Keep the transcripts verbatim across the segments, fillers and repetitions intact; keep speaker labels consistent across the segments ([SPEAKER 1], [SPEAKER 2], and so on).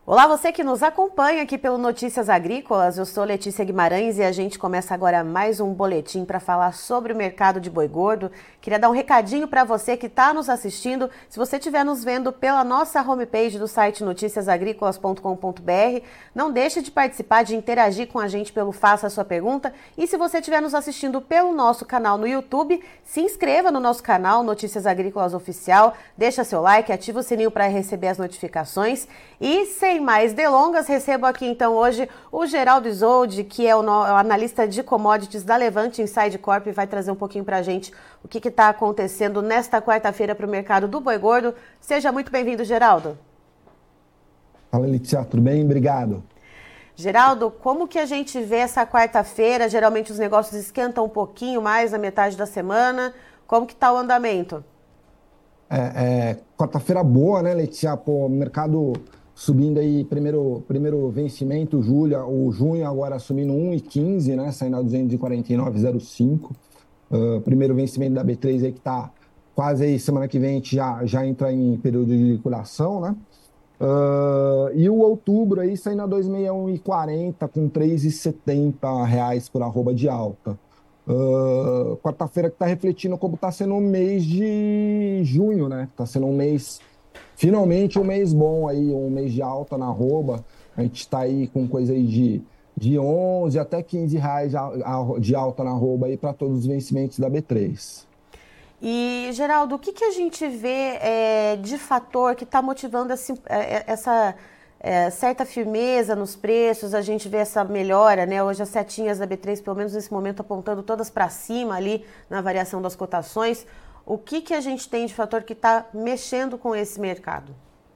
[SPEAKER 1] Olá, você que nos acompanha aqui pelo Notícias Agrícolas, eu sou Letícia Guimarães e a gente começa agora mais um boletim para falar sobre o mercado de boi gordo. Queria dar um recadinho para você que está nos assistindo. Se você estiver nos vendo pela nossa homepage do site noticias agrícolas ponto com ponto br, não deixe de participar, de interagir com a gente pelo Faça a Sua Pergunta. E se você estiver nos assistindo pelo nosso canal no YouTube, se inscreva no nosso canal Notícias Agrícolas Oficial, deixa seu like, ativa o sininho para receber as notificações e sem Sem mais delongas, recebo aqui então hoje o Geraldo Isoldi, que é o, no, o analista de commodities da Levante Inside Corp, e vai trazer um pouquinho para a gente o que está acontecendo nesta quarta-feira para o mercado do boi gordo. Seja muito bem-vindo, Geraldo.
[SPEAKER 2] Fala, Letícia, tudo bem? Obrigado.
[SPEAKER 1] Geraldo, como que a gente vê essa quarta-feira? Geralmente os negócios esquentam um pouquinho mais na metade da semana. Como que está o andamento?
[SPEAKER 2] É, é, quarta-feira boa, né, Letícia? Pô, mercado subindo aí, primeiro, primeiro vencimento, julho, o junho agora subindo um e quinze, né, saindo a duzentos e quarenta e nove vírgula zero cinco. Uh, primeiro vencimento da B três aí que tá quase aí, semana que vem a gente já, já entra em período de liquidação, né? Uh, e o outubro aí saindo a dois mil seiscentos e quarenta com três reais e setenta reais por arroba de alta. Uh, quarta-feira que está refletindo como está sendo o mês de junho, né? Está sendo um mês, finalmente um mês bom aí, um mês de alta na arroba. A gente está aí com coisa aí de, de onze até quinze reais de alta na arroba aí para todos os vencimentos da B três.
[SPEAKER 1] E, Geraldo, o que, que a gente vê é, de fator que está motivando esse, essa é, certa firmeza nos preços? A gente vê essa melhora, né? Hoje as setinhas da B três, pelo menos nesse momento, apontando todas para cima ali na variação das cotações. O que, que a gente tem de fator que está mexendo com esse mercado?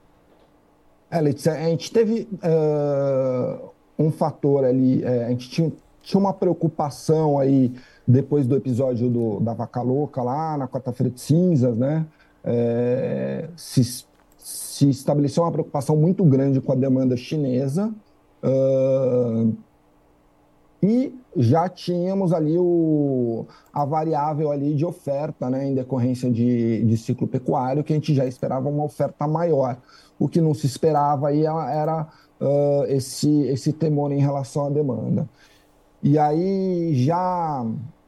[SPEAKER 2] É, Letícia, a gente teve uh, um fator ali, uh, a gente tinha, tinha uma preocupação aí depois do episódio do, da vaca louca lá na quarta-feira de cinzas, né? É, se, se estabeleceu uma preocupação muito grande com a demanda chinesa uh, e já tínhamos ali o, a variável ali de oferta, né? Em decorrência de, de ciclo pecuário, que a gente já esperava uma oferta maior. O que não se esperava aí era uh, esse, esse temor em relação à demanda. E aí, já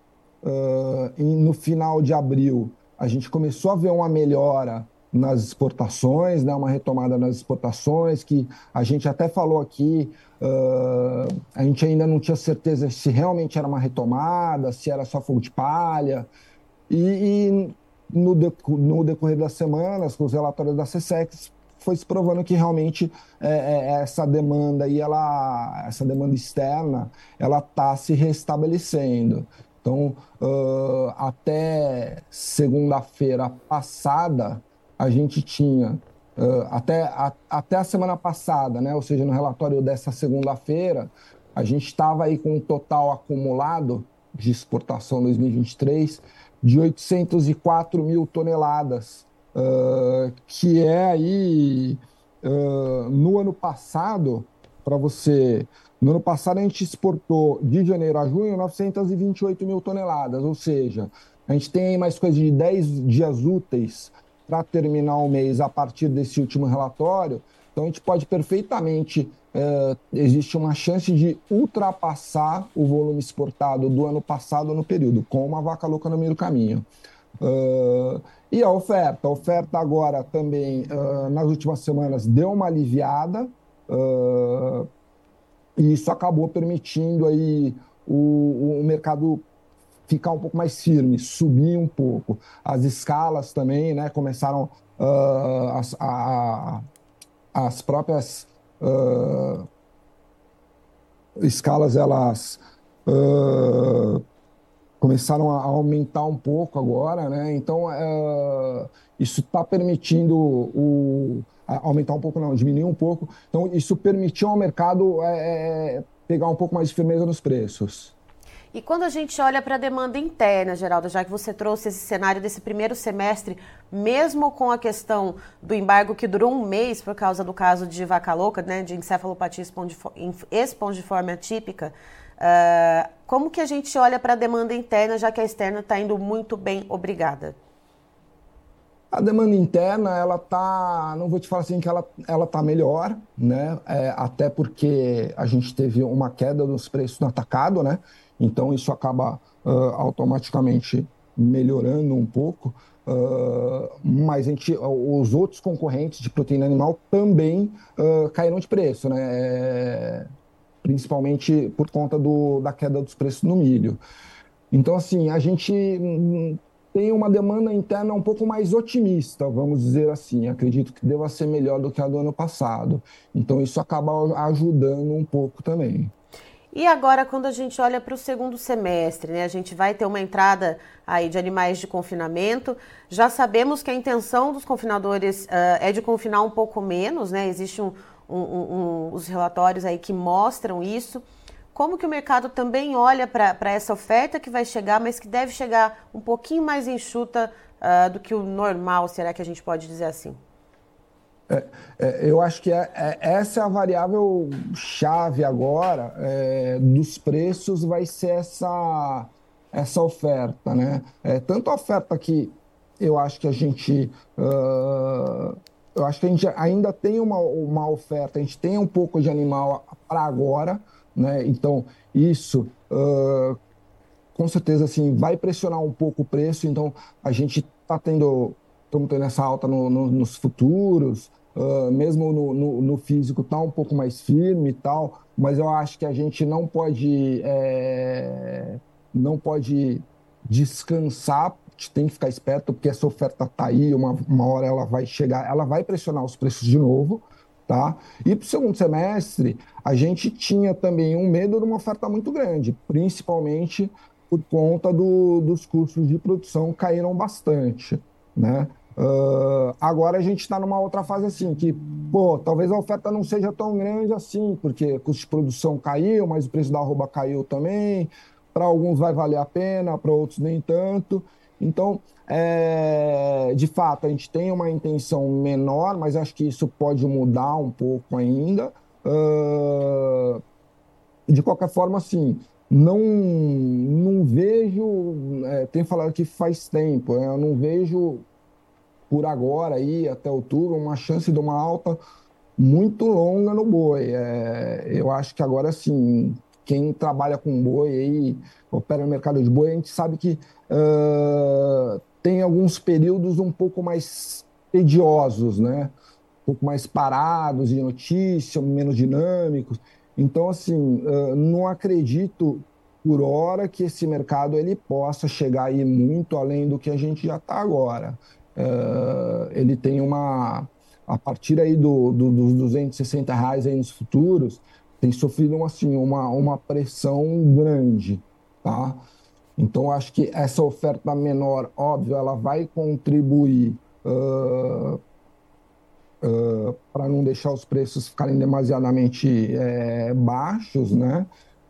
[SPEAKER 2] uh, no final de abril, a gente começou a ver uma melhora nas exportações, né, uma retomada nas exportações, que a gente até falou aqui, uh, a gente ainda não tinha certeza se realmente era uma retomada, se era só fogo de palha. E, e no, deco, no decorrer das semanas, com os relatórios da SECEX, foi se provando que realmente é, é, essa demanda aí, ela, essa demanda externa, ela está se restabelecendo. Então, uh, até segunda-feira passada, a gente tinha, uh, até, a, até a semana passada, né? Ou seja, no relatório dessa segunda-feira, a gente estava aí com um total acumulado de exportação dois mil e vinte e três de oitocentos e quatro mil toneladas, uh, que é aí, uh, no ano passado, para você... No ano passado, a gente exportou de janeiro a junho novecentos e vinte e oito mil toneladas, ou seja, a gente tem aí mais coisa de dez dias úteis para terminar o mês a partir desse último relatório. Então, a gente pode perfeitamente, eh, existe uma chance de ultrapassar o volume exportado do ano passado no período, com uma vaca louca no meio do caminho. Uh, e a oferta, a oferta agora também, uh, nas últimas semanas, deu uma aliviada, uh, e isso acabou permitindo aí o, o mercado ficar um pouco mais firme, subir um pouco. As escalas também, né, começaram, uh, as, a, as próprias uh, escalas, elas uh, começaram a aumentar um pouco agora, né? Então, uh, isso está permitindo o, aumentar um pouco, não, diminuir um pouco. Então, isso permitiu ao mercado é, pegar um pouco mais de firmeza nos preços.
[SPEAKER 1] E quando a gente olha para a demanda interna, Geraldo, já que você trouxe esse cenário desse primeiro semestre, mesmo com a questão do embargo que durou um mês por causa do caso de vaca louca, né, de encefalopatia espongiforme atípica, uh, como que a gente olha para a demanda interna, já que a externa está indo muito bem, obrigada?
[SPEAKER 2] A demanda interna, ela tá, não vou te falar assim que ela, ela tá melhor, né? É, até porque a gente teve uma queda nos preços no atacado, né? Então isso acaba uh, automaticamente melhorando um pouco. Uh, mas a gente, os outros concorrentes de proteína animal também uh, caíram de preço, né? É, principalmente por conta do, da queda dos preços no milho. Então, assim, a gente hum, tem uma demanda interna um pouco mais otimista, vamos dizer assim. Acredito que deva ser melhor do que a do ano passado. Então, isso acaba ajudando um pouco também.
[SPEAKER 1] E agora, quando a gente olha para o segundo semestre, né, a gente vai ter uma entrada aí de animais de confinamento. Já sabemos que a intenção dos confinadores uh, é de confinar um pouco menos, né? Existem um, um, um, um, os relatórios aí que mostram isso. Como que o mercado também olha para essa oferta que vai chegar, mas que deve chegar um pouquinho mais enxuta uh, do que o normal, será que a gente pode dizer assim?
[SPEAKER 2] É, é, eu acho que é, é, essa é a variável chave agora é, dos preços, vai ser essa, essa oferta, né? É, tanto a oferta que eu acho que a gente uh, eu acho que a gente ainda tem uma, uma oferta, a gente tem um pouco de animal para agora, né? Então isso uh, com certeza assim vai pressionar um pouco o preço. Então a gente está tendo estamos tendo essa alta no, no, nos futuros, uh, mesmo no, no, no físico está um pouco mais firme e tal, mas eu acho que a gente não pode é, não pode descansar, a gente tem que ficar esperto porque essa oferta está aí, uma, uma hora ela vai chegar, ela vai pressionar os preços de novo. Tá? E para o segundo semestre, a gente tinha também um medo de uma oferta muito grande, principalmente por conta do, dos custos de produção caíram bastante, né? Uh, agora a gente está numa outra fase assim, que, pô, talvez a oferta não seja tão grande assim, porque o custo de produção caiu, mas o preço da arroba caiu também. Para alguns vai valer a pena, para outros nem tanto. Então, é, de fato, a gente tem uma intenção menor, mas acho que isso pode mudar um pouco ainda. Uh, de qualquer forma, assim, não, não vejo. É, tem falado que faz tempo, né? Eu não vejo por agora, aí, até outubro, uma chance de uma alta muito longa no boi. É, eu acho que agora, assim, quem trabalha com boi aí, opera no mercado de boi, a gente sabe que uh, tem alguns períodos um pouco mais tediosos, né? Um pouco mais parados de notícia, menos dinâmicos. Então, assim, uh, não acredito por hora que esse mercado ele possa chegar aí muito além do que a gente já está agora. Uh, ele tem uma, a partir aí do, do, dos duzentos e sessenta reais aí nos futuros, tem sofrido assim, uma, uma pressão grande, tá? Então, acho que essa oferta menor, óbvio, ela vai contribuir uh, uh, para não deixar os preços ficarem demasiadamente é, baixos, né?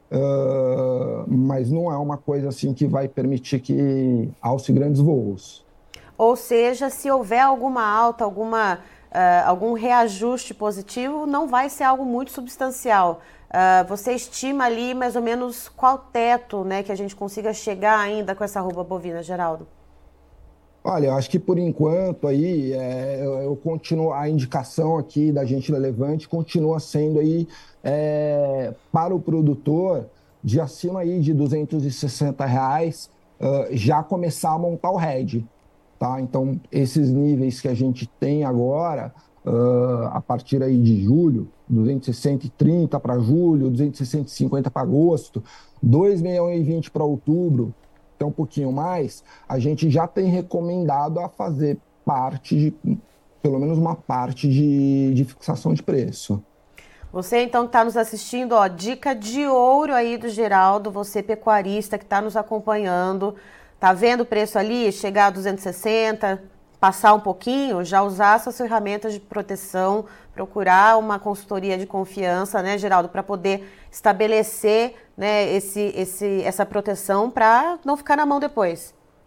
[SPEAKER 2] Uh, mas não é uma coisa assim que vai permitir que alce grandes voos.
[SPEAKER 1] Ou seja, se houver alguma alta, alguma, uh, algum reajuste positivo, não vai ser algo muito substancial. Uh, você estima ali mais ou menos qual teto, né, que a gente consiga chegar ainda com essa arroba bovina, Geraldo?
[SPEAKER 2] Olha, eu acho que por enquanto aí é, eu, eu continuo a indicação aqui da gente da Levante continua sendo aí é, para o produtor de acima aí de duzentos e sessenta reais uh, já começar a montar o hedge, tá? Então esses níveis que a gente tem agora uh, a partir aí de julho, duzentos e sessenta e trinta para julho, duzentos e sessenta e cinquenta para agosto, dois milhões e vinte para outubro, então um pouquinho mais, a gente já tem recomendado a fazer parte de, pelo menos uma parte de, de fixação de preço.
[SPEAKER 1] Você então que está nos assistindo, ó, dica de ouro aí do Geraldo, você pecuarista que está nos acompanhando, tá vendo o preço ali chegar a duzentos e sessenta, passar um pouquinho, já usar essas ferramentas de proteção, procurar uma consultoria de confiança, né, Geraldo, para poder estabelecer, né, esse, esse, essa proteção para não ficar na mão depois.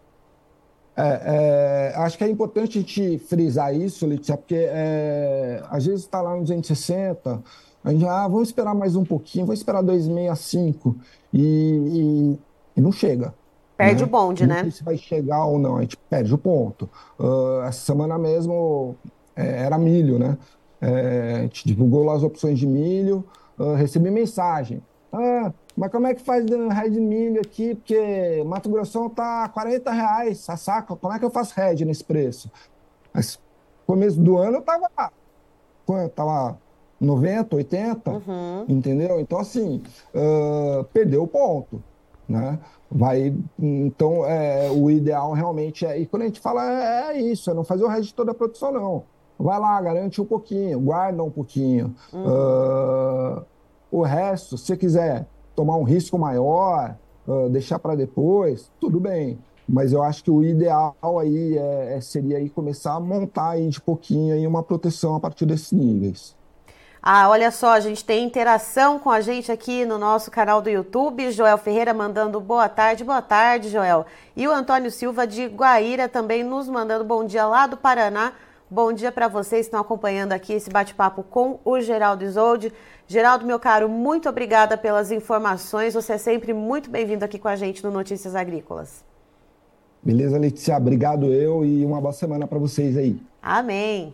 [SPEAKER 2] É, é, acho que é importante a gente frisar isso, Letícia, porque é, às vezes está lá no duzentos e sessenta, a gente, ah, vamos esperar mais um pouquinho, vamos esperar dois vírgula sessenta e cinco e, e, e não chega.
[SPEAKER 1] Perde o
[SPEAKER 2] né?
[SPEAKER 1] bonde,
[SPEAKER 2] Não
[SPEAKER 1] né?
[SPEAKER 2] sei se vai chegar ou não, a gente perde o ponto. Uh, essa semana mesmo é, era milho, né? É, a gente divulgou lá as opções de milho, uh, recebi mensagem. Ah, mas como é que faz hedge de milho aqui? Porque Mato Grosso tá quarenta reais a saca. Como é que eu faço hedge nesse preço? Mas começo do ano eu tava, quanto? Tava noventa, oitenta,
[SPEAKER 1] Uhum.
[SPEAKER 2] entendeu? Então, assim, uh, perdeu o ponto, né? Vai, então, é, o ideal realmente é, e quando a gente fala é, é isso, é não fazer o resto de toda a produção, não. Vai lá, garante um pouquinho, guarda um pouquinho.
[SPEAKER 1] Uhum.
[SPEAKER 2] Uh, o resto, se você quiser tomar um risco maior, uh, deixar para depois, tudo bem. Mas eu acho que o ideal aí é, é- seria aí começar a montar aí de pouquinho aí uma proteção a partir desses níveis.
[SPEAKER 1] Ah, olha só, a gente tem interação com a gente aqui no nosso canal do YouTube. Joel Ferreira mandando boa tarde, boa tarde, Joel. E o Antônio Silva de Guaíra também nos mandando bom dia lá do Paraná. Bom dia para vocês que estão acompanhando aqui esse bate-papo com o Geraldo Isolde. Geraldo, meu caro, muito obrigada pelas informações. Você é sempre muito bem-vindo aqui com a gente no Notícias Agrícolas.
[SPEAKER 2] Beleza, Letícia? Obrigado eu e uma boa semana para vocês aí.
[SPEAKER 1] Amém.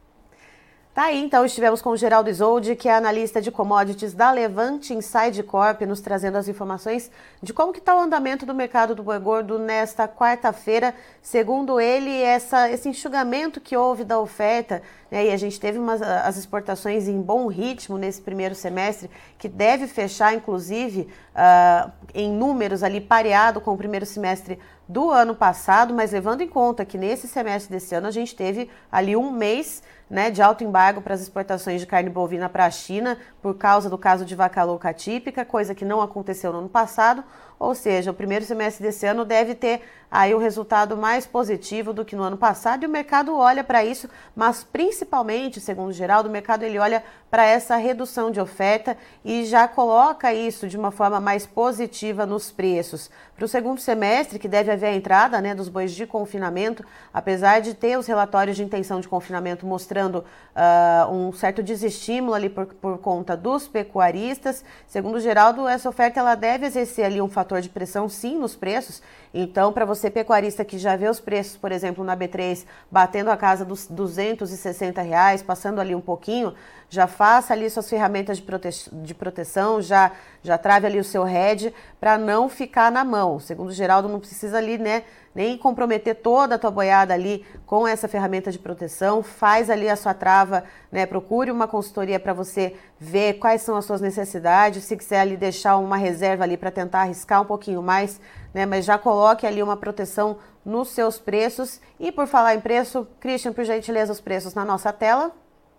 [SPEAKER 1] Tá aí, então, estivemos com o Geraldo Isolde, que é analista de commodities da Levante Inside Corp, nos trazendo as informações de como que está o andamento do mercado do boi gordo nesta quarta-feira. Segundo ele, essa, esse enxugamento que houve da oferta, né, e a gente teve umas, as exportações em bom ritmo nesse primeiro semestre, que deve fechar, inclusive, uh, em números ali pareado com o primeiro semestre do ano passado, mas levando em conta que nesse semestre desse ano a gente teve ali um mês, né, de alto embargo para as exportações de carne bovina para a China por causa do caso de vaca louca atípica, coisa que não aconteceu no ano passado, ou seja, o primeiro semestre desse ano deve ter aí um resultado mais positivo do que no ano passado e o mercado olha para isso, mas principalmente, segundo o Geraldo, o mercado ele olha para essa redução de oferta e já coloca isso de uma forma mais positiva nos preços. Para o segundo semestre, que deve haver a entrada, né, dos bois de confinamento, apesar de ter os relatórios de intenção de confinamento mostrando uh, um certo desestímulo ali por, por conta dos pecuaristas, segundo o Geraldo, essa oferta ela deve exercer ali um fator de pressão sim nos preços. Então, para você pecuarista que já vê os preços, por exemplo, na B três batendo a casa dos duzentos e sessenta reais, passando ali um pouquinho, já faça ali suas ferramentas de, prote de proteção, já, já trave ali o seu hedge para não ficar na mão. Segundo o Geraldo, não precisa ali, né, nem comprometer toda a tua boiada ali com essa ferramenta de proteção, faz ali a sua trava, né, procure uma consultoria para você ver quais são as suas necessidades, se quiser ali deixar uma reserva ali para tentar arriscar um pouquinho mais, né, mas já coloque ali uma proteção nos seus preços. E por falar em preço, Christian, por gentileza, os preços na nossa tela.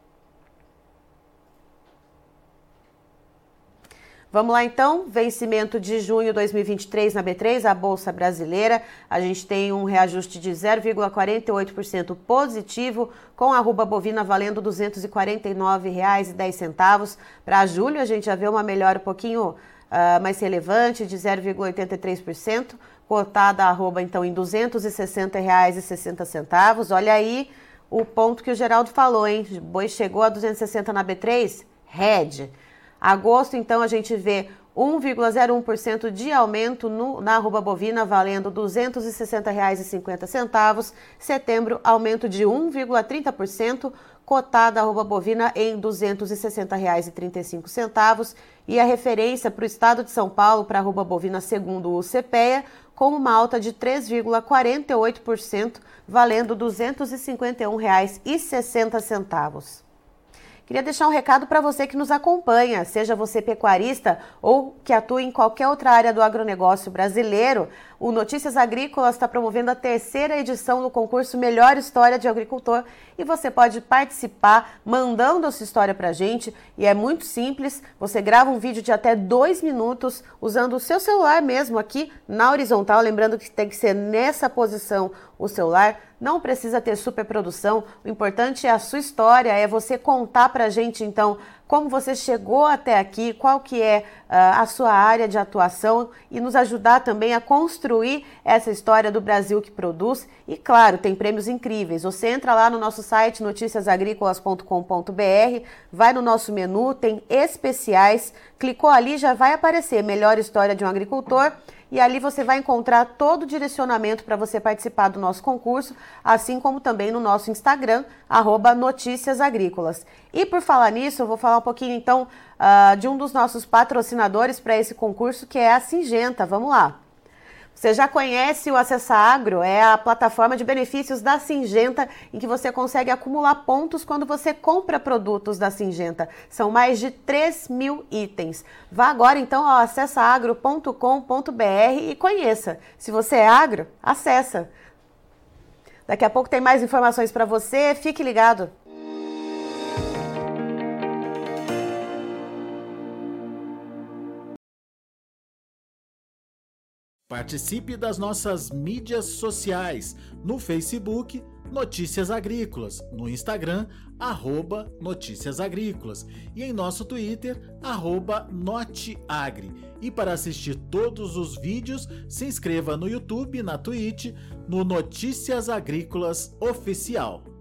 [SPEAKER 1] Vamos lá então, vencimento de junho de dois mil e vinte e três na B três, a Bolsa Brasileira. A gente tem um reajuste de zero vírgula quarenta e oito por cento positivo, com a arroba bovina valendo duzentos e quarenta e nove reais e dez centavos. Para julho a gente já vê uma melhora um pouquinho uh, mais relevante, de zero vírgula oitenta e três por cento, cotada a arroba então em duzentos e sessenta reais e sessenta centavos. Olha aí o ponto que o Geraldo falou, hein? O boi chegou a duzentos e sessenta na B três, hedge. Agosto, então, a gente vê um vírgula zero um por cento de aumento no, na arroba bovina, valendo duzentos e sessenta reais e cinquenta centavos. Setembro, aumento de um vírgula trinta por cento, cotada a arroba bovina em duzentos e sessenta reais e trinta e cinco centavos. E a referência para o estado de São Paulo, para a arroba bovina, segundo o CPEA, com uma alta de três vírgula quarenta e oito por cento, valendo duzentos e cinquenta e um reais e sessenta centavos. Queria deixar um recado para você que nos acompanha, seja você pecuarista ou que atua em qualquer outra área do agronegócio brasileiro. O Notícias Agrícolas está promovendo a terceira edição do concurso Melhor História de Agricultor e você pode participar mandando a sua história para a gente. E é muito simples, você grava um vídeo de até dois minutos usando o seu celular mesmo aqui na horizontal, lembrando que tem que ser nessa posição o celular. Não precisa ter superprodução, o importante é a sua história, é você contar pra gente, então, como você chegou até aqui, qual que é uh, a sua área de atuação e nos ajudar também a construir essa história do Brasil que produz. E, claro, tem prêmios incríveis. Você entra lá no nosso site noticias agrícolas ponto com ponto br, vai no nosso menu, tem especiais, clicou ali, já vai aparecer Melhor História de um Agricultor. e ali você vai encontrar todo o direcionamento para você participar do nosso concurso, assim como também no nosso Instagram, arroba Notícias Agrícolas. E por falar nisso, eu vou falar um pouquinho então uh, de um dos nossos patrocinadores para esse concurso, que é a Syngenta. Vamos lá. Você já conhece o Acessa Agro? É a plataforma de benefícios da Syngenta, em que você consegue acumular pontos quando você compra produtos da Syngenta. São mais de três mil itens. Vá agora então ao acessa agro ponto com ponto b r e conheça. Se você é agro, acessa. Daqui a pouco tem mais informações para você. Fique ligado.
[SPEAKER 3] Participe das nossas mídias sociais, no Facebook, Notícias Agrícolas, no Instagram, arroba Notícias Agrícolas e em nosso Twitter, arroba Noteagri. E para assistir todos os vídeos, se inscreva no YouTube, na Twitch, no Notícias Agrícolas Oficial.